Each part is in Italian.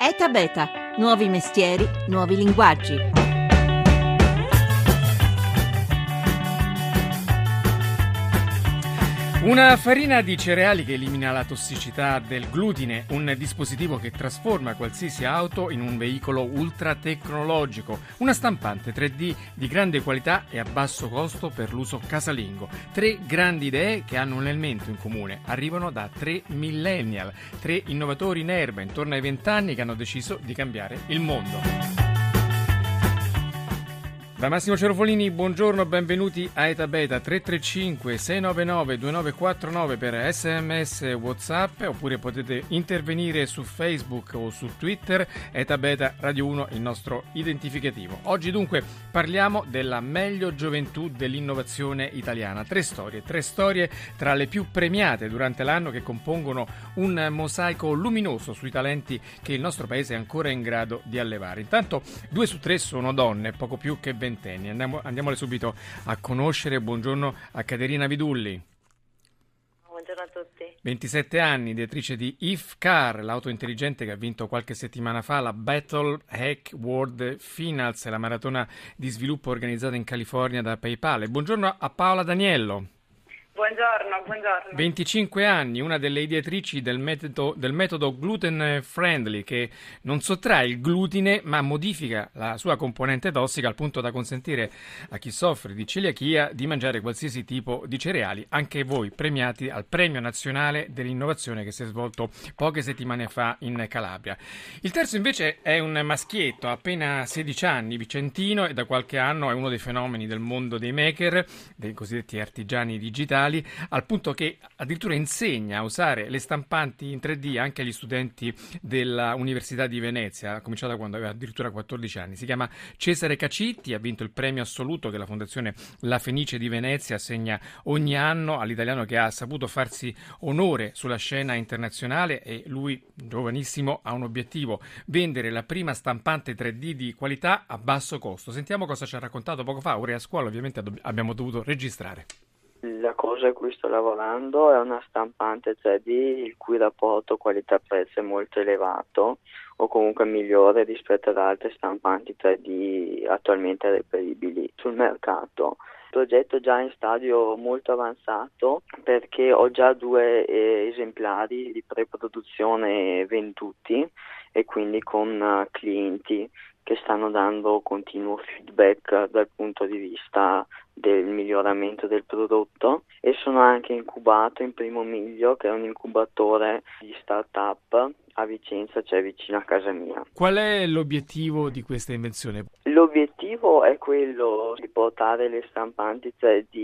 ETA Beta, nuovi mestieri, nuovi linguaggi. Una farina di cereali che elimina la tossicità del glutine, un dispositivo che trasforma qualsiasi auto in un veicolo ultra tecnologico, una stampante 3D di grande qualità e a basso costo per l'uso casalingo. 3 grandi idee che hanno un elemento in comune, arrivano da 3 millennial, 3 innovatori in erba intorno ai 20 anni che hanno deciso di cambiare il mondo. Da Massimo Cerofolini, buongiorno, benvenuti a ETA Beta 335 699 2949 per SMS, WhatsApp, oppure potete intervenire su Facebook o su Twitter, ETA Beta Radio 1, il nostro identificativo. Oggi dunque parliamo della meglio gioventù dell'innovazione italiana. 3 storie tra le più premiate durante l'anno che compongono un mosaico luminoso sui talenti che il nostro paese è ancora in grado di allevare. Intanto 2 su 3 sono donne, poco più che 20 anni. Andiamole subito a conoscere. Buongiorno a Caterina Vidulli. Buongiorno a tutti. 27 anni, ideatrice di IFCAR, l'auto intelligente che ha vinto qualche settimana fa la Battle Hack World Finals, la maratona di sviluppo organizzata in California da PayPal. Buongiorno a Paola Daniello. Buongiorno. 25 anni, una delle ideatrici del metodo gluten friendly che non sottrae il glutine ma modifica la sua componente tossica al punto da consentire a chi soffre di celiachia di mangiare qualsiasi tipo di cereali. Anche voi premiati al Premio Nazionale dell'Innovazione che si è svolto poche settimane fa in Calabria. Il terzo invece è un maschietto, ha appena 16 anni, vicentino, e da qualche anno è uno dei fenomeni del mondo dei maker, dei cosiddetti artigiani digitali, al punto che addirittura insegna a usare le stampanti in 3D anche agli studenti della Università di Venezia. Ha cominciato quando aveva addirittura 14 anni. Si chiama Cesare Cacitti, ha vinto il premio assoluto che la Fondazione La Fenice di Venezia assegna ogni anno all'italiano che ha saputo farsi onore sulla scena internazionale, e lui, giovanissimo, ha un obiettivo: vendere la prima stampante 3D di qualità a basso costo. Sentiamo cosa ci ha raccontato poco fa. Ora a scuola ovviamente abbiamo dovuto registrare. La cosa a cui sto lavorando è una stampante 3D il cui rapporto qualità-prezzo è molto elevato, o comunque migliore rispetto ad altre stampanti 3D attualmente reperibili sul mercato. Il progetto è già in stadio molto avanzato perché ho già 2 esemplari di preproduzione venduti e quindi con clienti che stanno dando continuo feedback dal punto di vista del miglioramento del prodotto, e sono anche incubato in Primo Miglio, che è un incubatore di start-up a Vicenza, cioè vicino a casa mia. Qual è l'obiettivo di questa invenzione? L'obiettivo è quello di portare le stampanti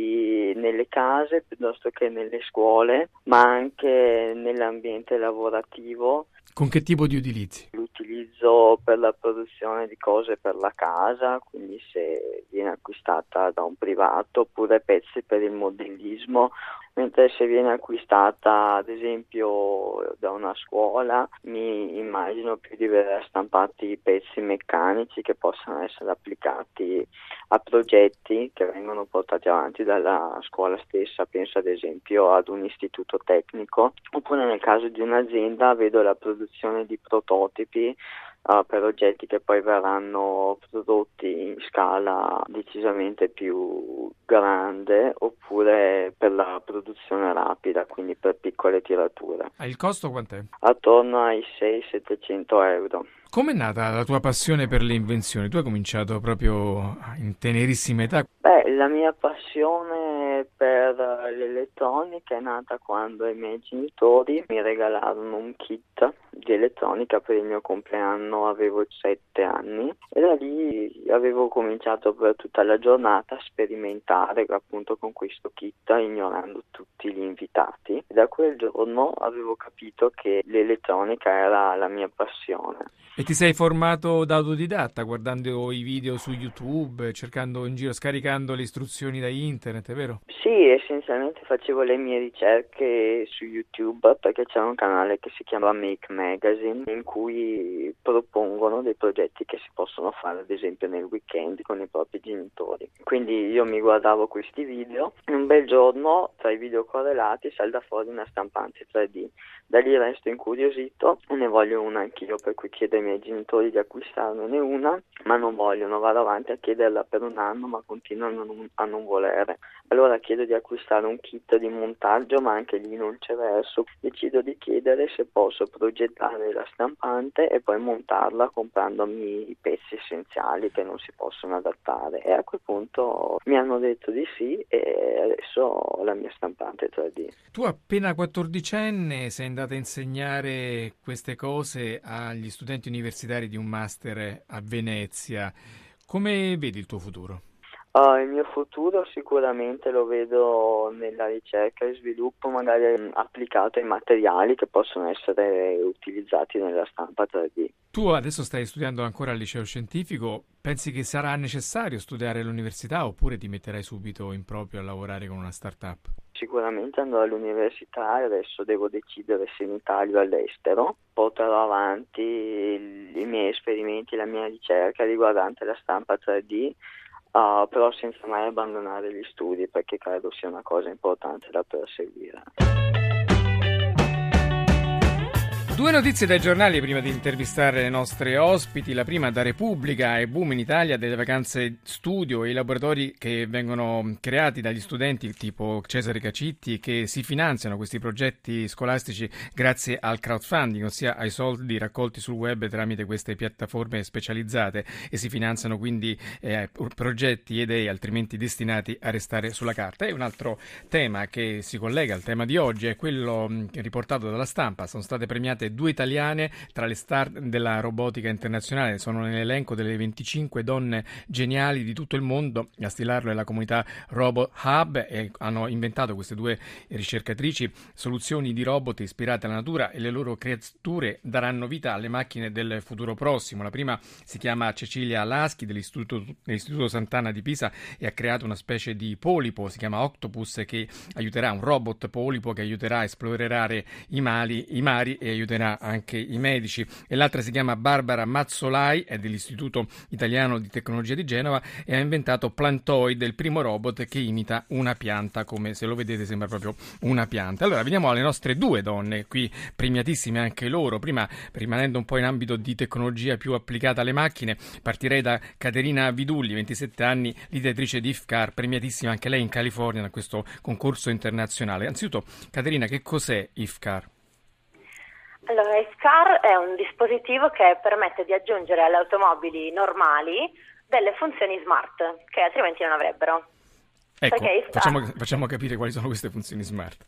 3D nelle case piuttosto che nelle scuole, ma anche nell'ambiente lavorativo. Con che tipo di utilizzi? L'utilizzo per la produzione di cose per la casa, quindi se viene acquistata da un privato, oppure pezzi per il modellismo, mentre se viene acquistata ad esempio da una scuola mi immagino più di vedere stampati pezzi meccanici che possano essere applicati a progetti che vengono portati avanti dalla scuola stessa. Penso ad esempio ad un istituto tecnico, oppure nel caso di un'azienda vedo la produzione di prototipi per oggetti che poi verranno prodotti in scala decisamente più grande, oppure per la produzione rapida, quindi per piccole tirature. Il costo quant'è? Attorno ai 600-700 euro. Com'è nata la tua passione per le invenzioni? Tu hai cominciato proprio in tenerissima età. La mia passione per l'elettronica è nata quando i miei genitori mi regalarono un kit di elettronica per il mio compleanno, avevo 7 anni, e da lì avevo cominciato per tutta la giornata a sperimentare appunto con questo kit, ignorando tutti gli invitati. E da quel giorno avevo capito che l'elettronica era la mia passione. E ti sei formato da autodidatta, guardando i video su YouTube, cercando in giro, scaricando le istruzioni da internet, è vero? Sì, essenzialmente facevo le mie ricerche su YouTube perché c'era un canale che si chiama Make Mag, magazine in cui propongono dei progetti che si possono fare ad esempio nel weekend con i propri genitori. Quindi io mi guardavo questi video e un bel giorno tra i video correlati salta fuori una stampante 3D. Da lì resto incuriosito, ne voglio una anch'io, per cui chiedo ai miei genitori di acquistarmene una, ma non vogliono, vado avanti a chiederla per un anno ma continuano a non volere. Allora chiedo di acquistare un kit di montaggio, ma anche lì non c'è verso. Decido di chiedere se posso progettare la stampante e poi montarla comprandomi i pezzi essenziali che non si possono adattare, e a quel punto mi hanno detto di sì e adesso ho la mia stampante 3D. Tu appena 14enne sei andata a insegnare queste cose agli studenti universitari di un master a Venezia. Come vedi il tuo futuro? Il mio futuro sicuramente lo vedo nella ricerca e sviluppo, magari applicato ai materiali che possono essere utilizzati nella stampa 3D. Tu adesso stai studiando ancora al liceo scientifico, pensi che sarà necessario studiare all'università oppure ti metterai subito in proprio a lavorare con una startup? Sicuramente andrò all'università e adesso devo decidere se in Italia o all'estero. Porterò avanti i miei esperimenti, la mia ricerca riguardante la stampa 3D, però senza mai abbandonare gli studi, perché credo sia una cosa importante da perseguire. Due notizie dai giornali prima di intervistare le nostre ospiti. La prima da Repubblica: è boom in Italia delle vacanze studio e i laboratori che vengono creati dagli studenti tipo Cesare Cacitti, che si finanziano questi progetti scolastici grazie al crowdfunding, ossia ai soldi raccolti sul web tramite queste piattaforme specializzate, e si finanziano quindi progetti e idee altrimenti destinati a restare sulla carta. E un altro tema che si collega al tema di oggi è quello riportato dalla Stampa. Sono state premiate due italiane tra le star della robotica internazionale, sono nell'elenco delle 25 donne geniali di tutto il mondo. A stilarlo è la comunità Robot Hub, e hanno inventato queste due ricercatrici soluzioni di robot ispirate alla natura, e le loro creature daranno vita alle macchine del futuro prossimo. La prima si chiama Cecilia Laschi dell'Istituto Sant'Anna di Pisa e ha creato una specie di polipo, si chiama Octopus, che aiuterà, un robot polipo che aiuterà a esplorare i mari e aiuterà anche i medici. E l'altra si chiama Barbara Mazzolai, è dell'Istituto Italiano di Tecnologia di Genova, e ha inventato Plantoid, il primo robot che imita una pianta, come se lo vedete sembra proprio una pianta. Allora veniamo alle nostre due donne qui, premiatissime anche loro. Prima, rimanendo un po' in ambito di tecnologia più applicata alle macchine, partirei da Caterina Vidulli, 27 anni, l'ideatrice di IFCAR, premiatissima anche lei in California da questo concorso internazionale. Anzitutto, Caterina, che cos'è IFCAR? Allora, IFCAR è un dispositivo che permette di aggiungere alle automobili normali delle funzioni smart che altrimenti non avrebbero. Ecco, facciamo capire quali sono queste funzioni smart.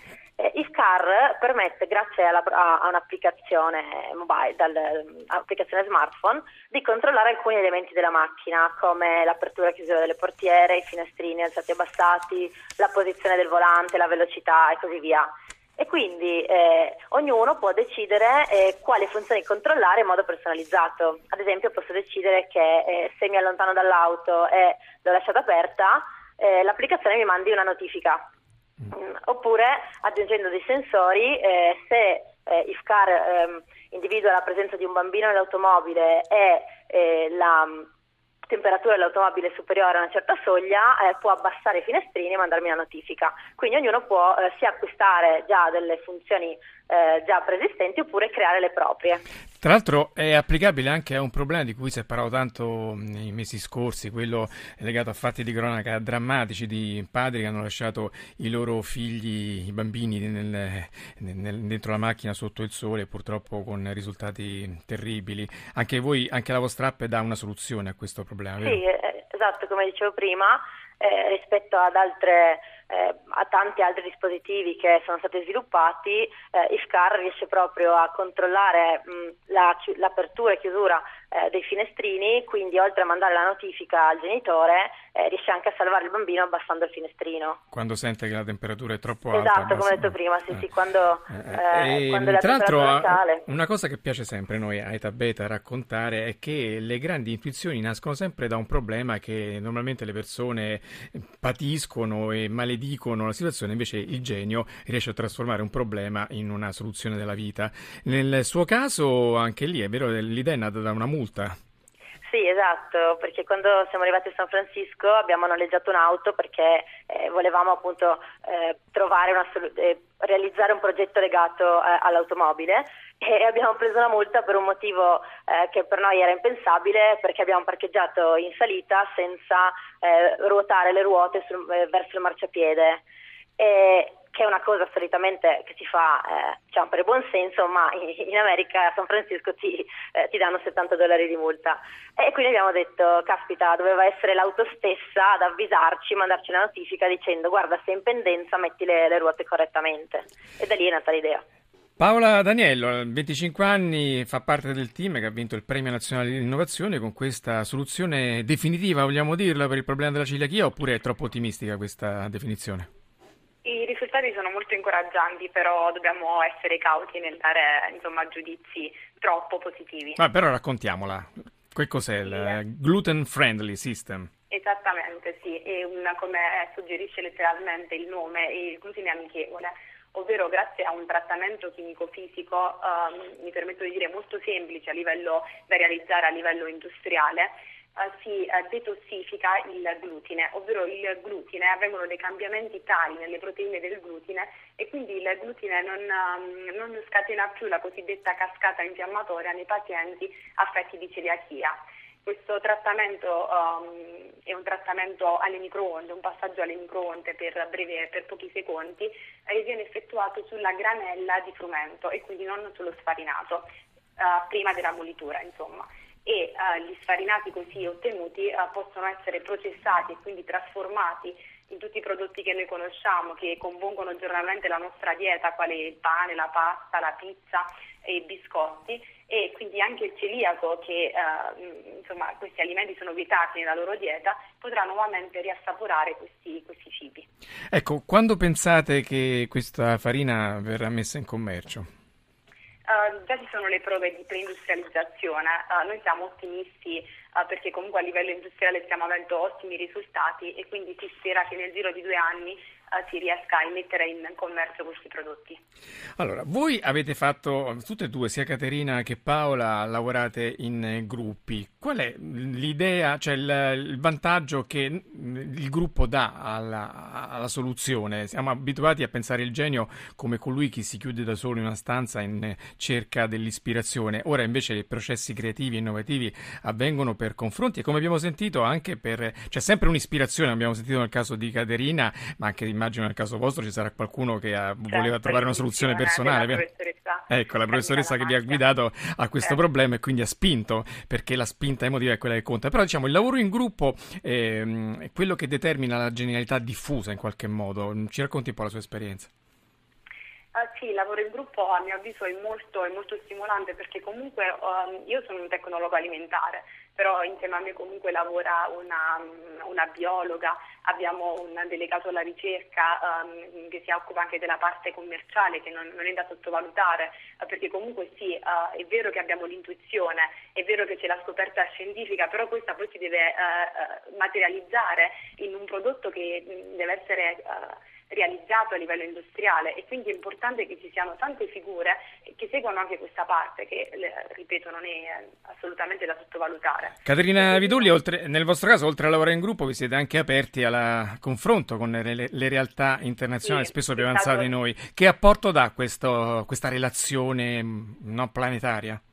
IFCAR permette, grazie a un'applicazione mobile, dall'applicazione smartphone, di controllare alcuni elementi della macchina, come l'apertura e chiusura delle portiere, i finestrini alzati e abbassati, la posizione del volante, la velocità e così via. E quindi ognuno può decidere quali funzioni controllare in modo personalizzato. Ad esempio posso decidere che se mi allontano dall'auto e l'ho lasciata aperta, l'applicazione mi mandi una notifica. Oppure aggiungendo dei sensori, se IFCAR individua la presenza di un bambino nell'automobile e la temperatura dell'automobile è superiore a una certa soglia, può abbassare i finestrini e mandarmi una notifica. Quindi ognuno può sia acquistare già delle funzioni già preesistenti oppure creare le proprie. Tra l'altro è applicabile anche a un problema di cui si è parlato tanto nei mesi scorsi, quello legato a fatti di cronaca drammatici di padri che hanno lasciato i loro figli, i bambini, dentro la macchina sotto il sole, purtroppo con risultati terribili. Anche voi, anche la vostra app dà una soluzione a questo problema, vero? Sì, esatto, come dicevo prima, rispetto ad a tanti altri dispositivi che sono stati sviluppati, IFCAR riesce proprio a controllare l'apertura e chiusura dei finestrini, quindi oltre a mandare la notifica al genitore riesce anche a salvare il bambino abbassando il finestrino. Quando sente che la temperatura è troppo alta. Esatto, come ho detto prima, sì, quando la tra l'altro sale. Una cosa che piace sempre noi a Eta Beta raccontare è che le grandi intuizioni nascono sempre da un problema che normalmente le persone patiscono e malediscono dicono la situazione, invece il genio riesce a trasformare un problema in una soluzione della vita. Nel suo caso anche lì è vero, l'idea è nata da una multa. Sì, esatto, perché quando siamo arrivati a San Francisco abbiamo noleggiato un'auto perché volevamo appunto realizzare un progetto legato all'automobile, e abbiamo preso una multa per un motivo che per noi era impensabile, perché abbiamo parcheggiato in salita senza ruotare le ruote verso il marciapiede. Che è una cosa solitamente che si fa diciamo per il buon senso, ma in America, a San Francisco, ti danno $70 di multa. E quindi abbiamo detto, caspita, doveva essere l'auto stessa ad avvisarci, mandarci la notifica dicendo guarda, sei in pendenza, metti le ruote correttamente. E da lì è nata l'idea. Paola Daniello, 25 anni, fa parte del team che ha vinto il Premio Nazionale di Innovazione con questa soluzione definitiva, vogliamo dirla, per il problema della celiachia, oppure è troppo ottimistica questa definizione? I risultati sono molto incoraggianti, però dobbiamo essere cauti nel dare giudizi troppo positivi. Però raccontiamola. Che cos'è il Gluten Friendly System? Esattamente, sì, è come suggerisce letteralmente il nome, il glutine amichevole, ovvero grazie a un trattamento chimico-fisico, mi permetto di dire molto semplice da realizzare a livello industriale, si detossifica il glutine, ovvero il glutine, avvengono dei cambiamenti tali nelle proteine del glutine e quindi il glutine non scatena più la cosiddetta cascata infiammatoria nei pazienti affetti di celiachia. Questo trattamento è un trattamento alle microonde, un passaggio alle microonde per pochi secondi, e viene effettuato sulla granella di frumento e quindi non sullo sfarinato, prima della molitura, insomma. E gli sfarinati così ottenuti possono essere processati e quindi trasformati in tutti i prodotti che noi conosciamo, che compongono giornalmente la nostra dieta, quale il pane, la pasta, la pizza e i biscotti, e quindi anche il celiaco, che questi alimenti sono vietati nella loro dieta, potrà nuovamente riassaporare questi cibi. Ecco, quando pensate che questa farina verrà messa in commercio? Già ci sono le prove di preindustrializzazione, noi siamo ottimisti perché comunque a livello industriale stiamo avendo ottimi risultati e quindi si spera che nel giro di 2 anni si riesca a mettere in commercio questi prodotti. Allora, voi avete fatto, tutte e due, sia Caterina che Paola, lavorate in gruppi. Qual è l'idea, cioè il vantaggio che il gruppo dà alla soluzione? Siamo abituati a pensare il genio come colui che si chiude da solo in una stanza in cerca dell'ispirazione. Ora invece i processi creativi e innovativi avvengono per confronti e, come abbiamo sentito, anche c'è sempre un'ispirazione. Abbiamo sentito nel caso di Caterina, ma anche immagino nel caso vostro ci sarà qualcuno che voleva trovare una soluzione personale. Ecco, la professoressa che vi ha guidato a questo problema e quindi ha spinto, perché la spinta emotiva è quella che conta. Però diciamo il lavoro in gruppo è quello che determina la genialità diffusa in qualche modo. Ci racconti un po' la sua esperienza? Sì, il lavoro in gruppo a mio avviso è molto stimolante, perché comunque io sono un tecnologo alimentare, però insieme a me comunque lavora una biologa, abbiamo un delegato alla ricerca che si occupa anche della parte commerciale, che non è da sottovalutare, perché comunque sì, è vero che abbiamo l'intuizione, è vero che c'è la scoperta scientifica, però questa poi si deve materializzare in un prodotto che deve essere realizzato a livello industriale, e quindi è importante che ci siano tante figure che seguono anche questa parte che, ripeto, non è assolutamente da sottovalutare. Caterina Vidulli, nel vostro caso, oltre a lavorare in gruppo, vi siete anche aperti al confronto con le realtà internazionali, sì, spesso più avanzate di noi. Che apporto dà questa relazione planetaria?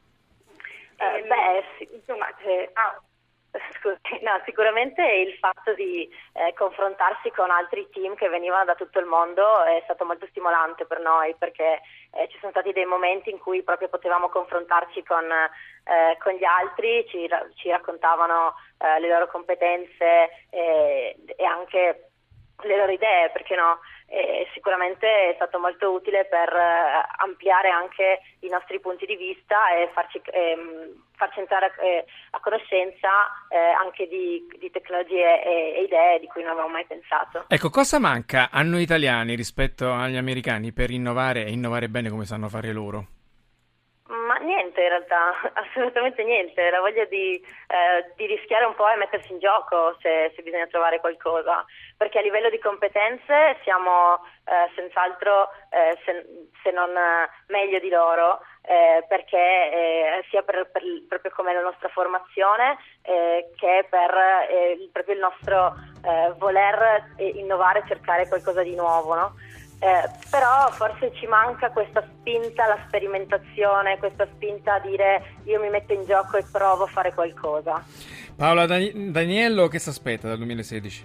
Sicuramente il fatto di confrontarsi con altri team che venivano da tutto il mondo è stato molto stimolante per noi, perché ci sono stati dei momenti in cui proprio potevamo confrontarci con gli altri, ci raccontavano le loro competenze e anche le loro idee, perché no? Sicuramente è stato molto utile per ampliare anche i nostri punti di vista e farci entrare a conoscenza anche di tecnologie e idee di cui non avevamo mai pensato. Ecco, cosa manca a noi italiani rispetto agli americani per innovare e innovare bene come sanno fare loro? Ma niente, in realtà, assolutamente niente. La voglia di rischiare un po' e mettersi in gioco se bisogna trovare qualcosa, perché a livello di competenze siamo senz'altro, se non meglio di loro, perché sia proprio come la nostra formazione che per proprio il nostro voler innovare e cercare qualcosa di nuovo, no? Però forse ci manca questa spinta alla sperimentazione, questa spinta a dire io mi metto in gioco e provo a fare qualcosa. Paola Daniello, che si aspetta dal 2016?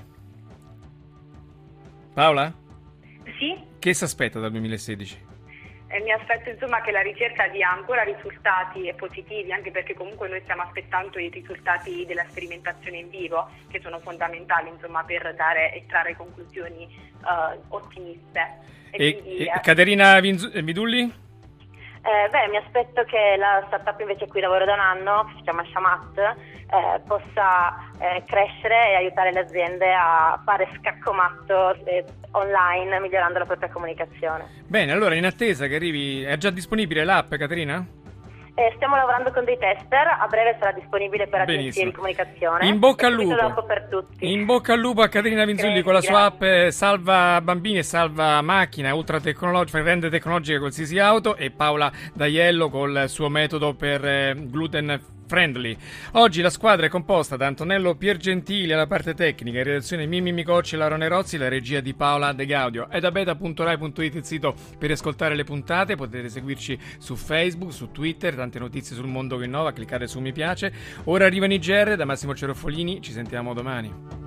Paola? Sì? Che si aspetta dal 2016? Mi aspetto insomma che la ricerca dia ancora risultati positivi, anche perché comunque noi stiamo aspettando i risultati della sperimentazione in vivo, che sono fondamentali insomma per estrarre conclusioni ottimiste. E Caterina Vidulli? Mi aspetto che la startup invece a cui lavoro da un anno, che si chiama Shamat, possa crescere e aiutare le aziende a fare scacco matto online, migliorando la propria comunicazione. Bene, allora in attesa che arrivi, è già disponibile l'app, Caterina? Stiamo lavorando con dei tester, a breve sarà disponibile per agenzie di comunicazione. In bocca al lupo. Dopo per tutti. In bocca al lupo a Caterina Vinzulli con la sua app Salva Bambini e Salva Macchina, ultra tecnologica, rende tecnologica qualsiasi auto, e Paola Daiello col suo metodo per gluten friendly. Oggi la squadra è composta da Antonello Piergentili alla parte tecnica, in redazione Mimmi Micocci e Laura Nerozzi, la regia di Paola De Gaudio. È da beta.rai.it il sito per ascoltare le puntate, potete seguirci su Facebook, su Twitter, tante notizie sul mondo che innova, cliccate su mi piace. Ora arrivano i GR da Massimo Cerofolini, ci sentiamo domani.